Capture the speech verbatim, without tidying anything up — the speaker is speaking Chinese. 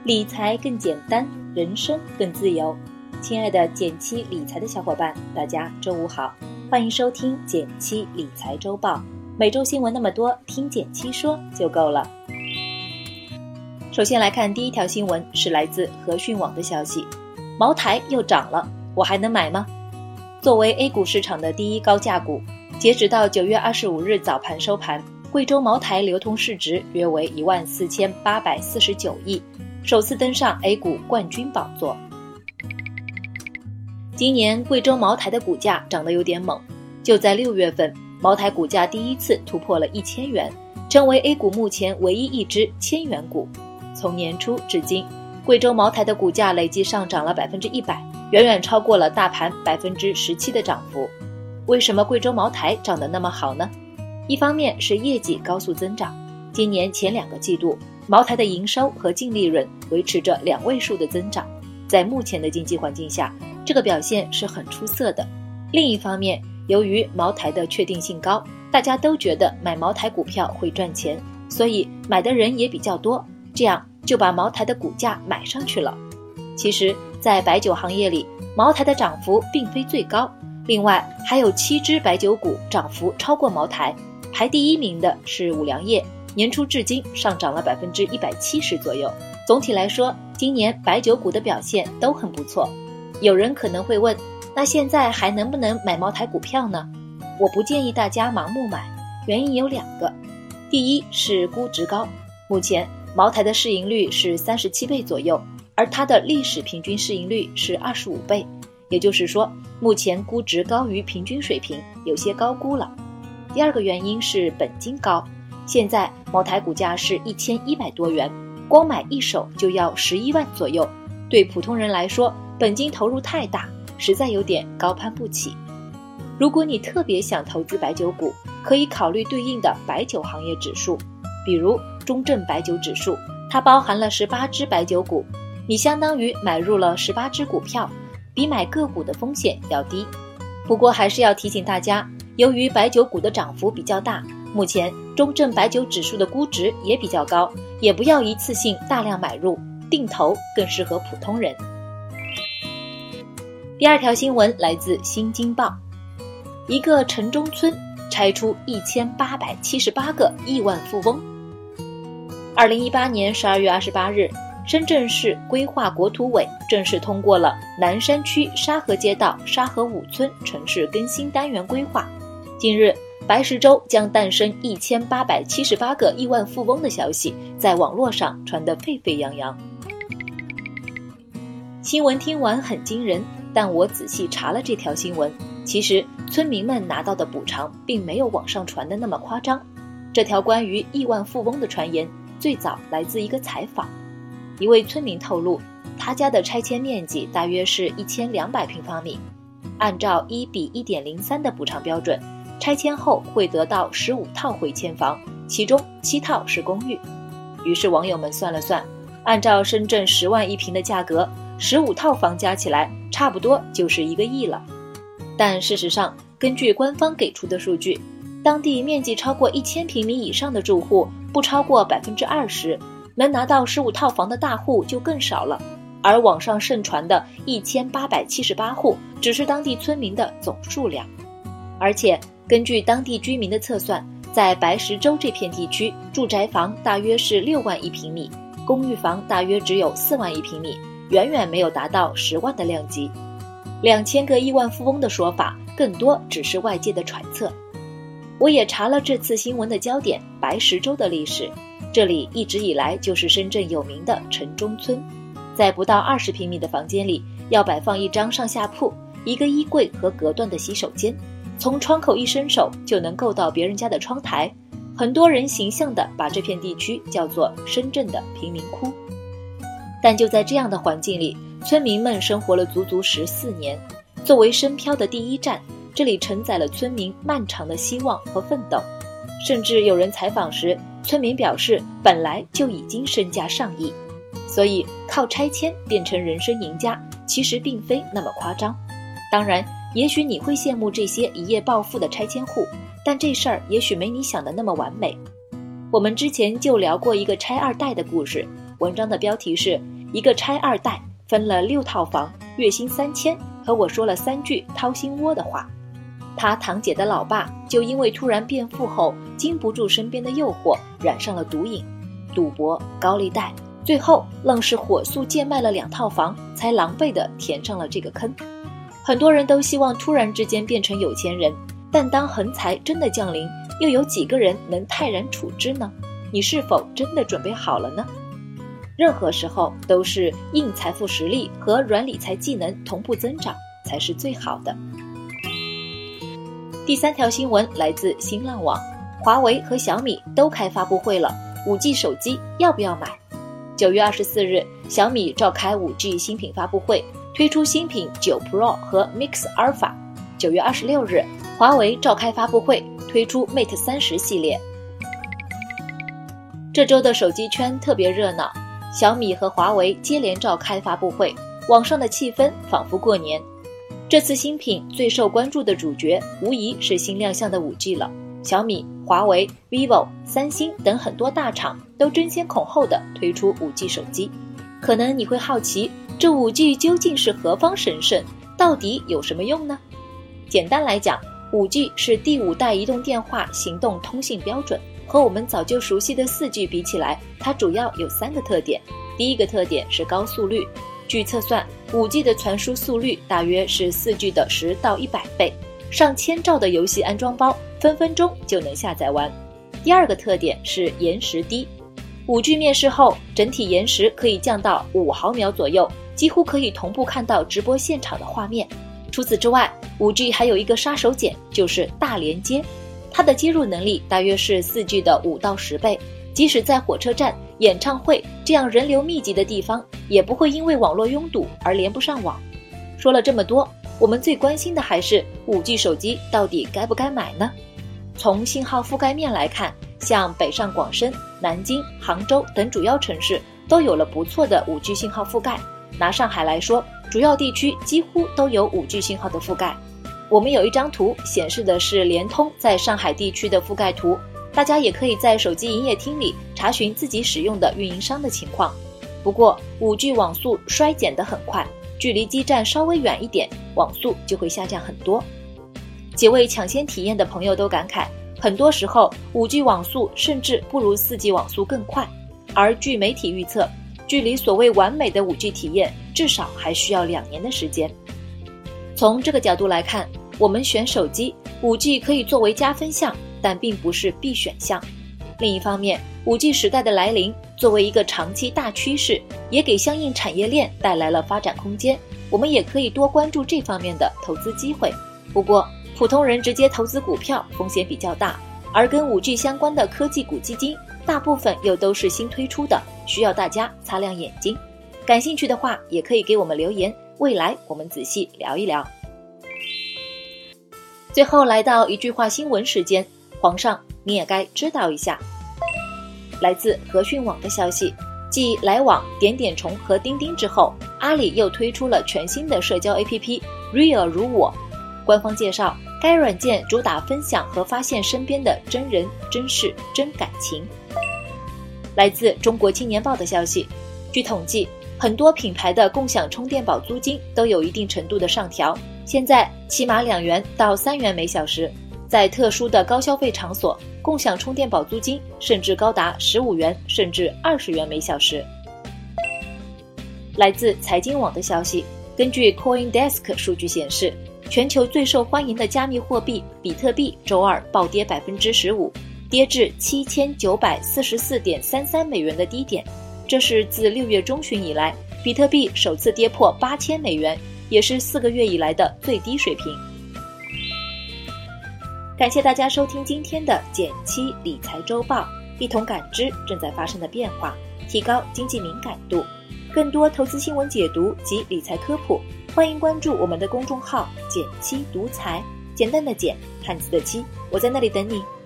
理财更简单，人生更自由。亲爱的减七理财的小伙伴，大家周五好，欢迎收听减七理财周报。每周新闻那么多，听减七说就够了。首先来看第一条新闻，是来自和讯网的消息，茅台又涨了，我还能买吗？作为 A 股市场的第一高价股，截止到九月二十五日早盘收盘，贵州茅台流通市值约为一万四千八百四十九亿，首次登上 A 股冠军宝座。今年贵州茅台的股价涨得有点猛，就在六月份，茅台股价第一次突破了一千元，成为 A 股目前唯一一只千元股。从年初至今，贵州茅台的股价累计上涨了百分之一百，远远超过了大盘百分之十七的涨幅。为什么贵州茅台涨得那么好呢？一方面是业绩高速增长，今年前两个季度，茅台的营收和净利润维持着两位数的增长，在目前的经济环境下，这个表现是很出色的。另一方面，由于茅台的确定性高，大家都觉得买茅台股票会赚钱，所以买的人也比较多，这样就把茅台的股价买上去了。其实，在白酒行业里，茅台的涨幅并非最高，另外还有七只白酒股涨幅超过茅台，排第一名的是五粮液，年初至今上涨了百分之一百七十左右。总体来说，今年白酒股的表现都很不错。有人可能会问，那现在还能不能买茅台股票呢？我不建议大家盲目买，原因有两个。第一是估值高，目前茅台的市盈率是三十七倍左右，而它的历史平均市盈率是二十五倍，也就是说，目前估值高于平均水平，有些高估了。第二个原因是本金高，现在茅台股价是一千一百多元，光买一手就要十一万左右，对普通人来说，本金投入太大，实在有点高攀不起。如果你特别想投资白酒股，可以考虑对应的白酒行业指数，比如中证白酒指数，它包含了十八只白酒股，你相当于买入了十八只股票，比买个股的风险要低。不过还是要提醒大家，由于白酒股的涨幅比较大，目前中证白酒指数的估值也比较高，也不要一次性大量买入，定投更适合普通人。第二条新闻来自新京报，一个城中村拆出一千八百七十八个亿万富翁。二零一八年十二月二十八日，深圳市规划国土委正式通过了南山区沙河街道沙河五村城市更新单元规划。近日，白石洲将诞生一千八百七十八个亿万富翁的消息在网络上传得沸沸扬扬。新闻听完很惊人，但我仔细查了这条新闻，其实村民们拿到的补偿并没有网上传的那么夸张。这条关于亿万富翁的传言最早来自一个采访，一位村民透露，他家的拆迁面积大约是一千两百平方米，按照一比一点零三的补偿标准，拆迁后会得到十五套回迁房，其中七套是公寓。于是网友们算了算，按照深圳十万一平的价格，十五套房加起来差不多就是一个亿了。但事实上，根据官方给出的数据，当地面积超过一千平米以上的住户不超过百分之二十，能拿到十五套房的大户就更少了。而网上盛传的一千八百七十八户只是当地村民的总数量。而且根据当地居民的测算，在白石洲这片地区，住宅房大约是六万一平米，公寓房大约只有四万一平米，远远没有达到十万的量级。两千个亿万富翁的说法更多只是外界的揣测。我也查了这次新闻的焦点白石洲的历史，这里一直以来就是深圳有名的城中村。在不到二十平米的房间里，要摆放一张上下铺，一个衣柜和隔断的洗手间，从窗口一伸手就能够到别人家的窗台。很多人形象地把这片地区叫做深圳的贫民窟。但就在这样的环境里，村民们生活了足足十四年。作为深漂的第一站，这里承载了村民漫长的希望和奋斗。甚至有人采访时，村民表示本来就已经身价上亿，所以靠拆迁变成人生赢家，其实并非那么夸张。当然，也许你会羡慕这些一夜暴富的拆迁户，但这事儿也许没你想的那么完美。我们之前就聊过一个拆二代的故事，文章的标题是一个拆二代，分了六套房，月薪三千，和我说了三句掏心窝的话。他堂姐的老爸就因为突然变富后，经不住身边的诱惑，染上了毒瘾、赌博、高利贷，最后愣是火速贱卖了两套房，才狼狈地填上了这个坑。很多人都希望突然之间变成有钱人，但当横财真的降临，又有几个人能泰然处之呢？你是否真的准备好了呢？任何时候都是硬财富实力和软理财技能同步增长才是最好的。第三条新闻来自新浪网，华为和小米都开发布会了， 五 G 手机要不要买？九月二十四日，小米召开 五 G 新品发布会，推出新品九 Pro 和 Mix Alpha。九月二十六日，华为召开发布会，推出 Mate 三十系列。这周的手机圈特别热闹，小米和华为接连召开发布会，网上的气氛仿佛过年。这次新品最受关注的主角无疑是新亮相的 五 G 了。小米、华为、vivo、三星等很多大厂都争先恐后地推出 五 G 手机。可能你会好奇，这 五 G 究竟是何方神圣，到底有什么用呢？简单来讲， 五 G 是第五代移动电话行动通信标准，和我们早就熟悉的 四 G 比起来，它主要有三个特点。第一个特点是高速率，据测算 五 G 的传输速率大约是 四 G 的十到一百倍，上千兆的游戏安装包分分钟就能下载完。第二个特点是延时低， 五 G 面世后，整体延时可以降到五毫秒左右，几乎可以同步看到直播现场的画面。除此之外， 五 G 还有一个杀手锏，就是大连接，它的接入能力大约是 四 G 的五到十倍，即使在火车站、演唱会这样人流密集的地方，也不会因为网络拥堵而连不上网。说了这么多，我们最关心的还是 五 G 手机到底该不该买呢？从信号覆盖面来看，像北上广深、南京、杭州等主要城市都有了不错的 五 G 信号覆盖。拿上海来说，主要地区几乎都有 五 G 信号的覆盖。我们有一张图显示的是联通在上海地区的覆盖图，大家也可以在手机营业厅里查询自己使用的运营商的情况。不过 五 G 网速衰减得很快，距离基站稍微远一点，网速就会下降很多。几位抢先体验的朋友都感慨，很多时候 五 G 网速甚至不如 四 G 网速更快，而据媒体预测，距离所谓完美的 五 G 体验至少还需要两年的时间。从这个角度来看，我们选手机 五 G 可以作为加分项，但并不是必选项。另一方面， 五 G 时代的来临作为一个长期大趋势，也给相应产业链带来了发展空间，我们也可以多关注这方面的投资机会。不过普通人直接投资股票风险比较大，而跟 五 G 相关的科技股基金大部分又都是新推出的，需要大家擦亮眼睛。感兴趣的话也可以给我们留言，未来我们仔细聊一聊。最后来到一句话新闻时间，皇上你也该知道一下。来自和讯网的消息，继来往、点点虫和钉钉之后，阿里又推出了全新的社交 A P P Real 如我。官方介绍，该软件主打分享和发现身边的真人、真事、真感情。来自中国青年报的消息，据统计，很多品牌的共享充电宝租金都有一定程度的上调，现在起码两元到三元每小时，在特殊的高消费场所，共享充电宝租金甚至高达十五元甚至二十元每小时。来自财经网的消息，根据 CoinDesk 数据显示，全球最受欢迎的加密货币比特币周二暴跌 百分之十五， 跌至七千九百四十四点三三美元的低点，这是自六月中旬以来比特币首次跌破八千美元，也是四个月以来的最低水平。感谢大家收听今天的减七理财周报，一同感知正在发生的变化，提高经济敏感度。更多投资新闻解读及理财科普，欢迎关注我们的公众号减七独财，简单的简，汉字的七，我在那里等你。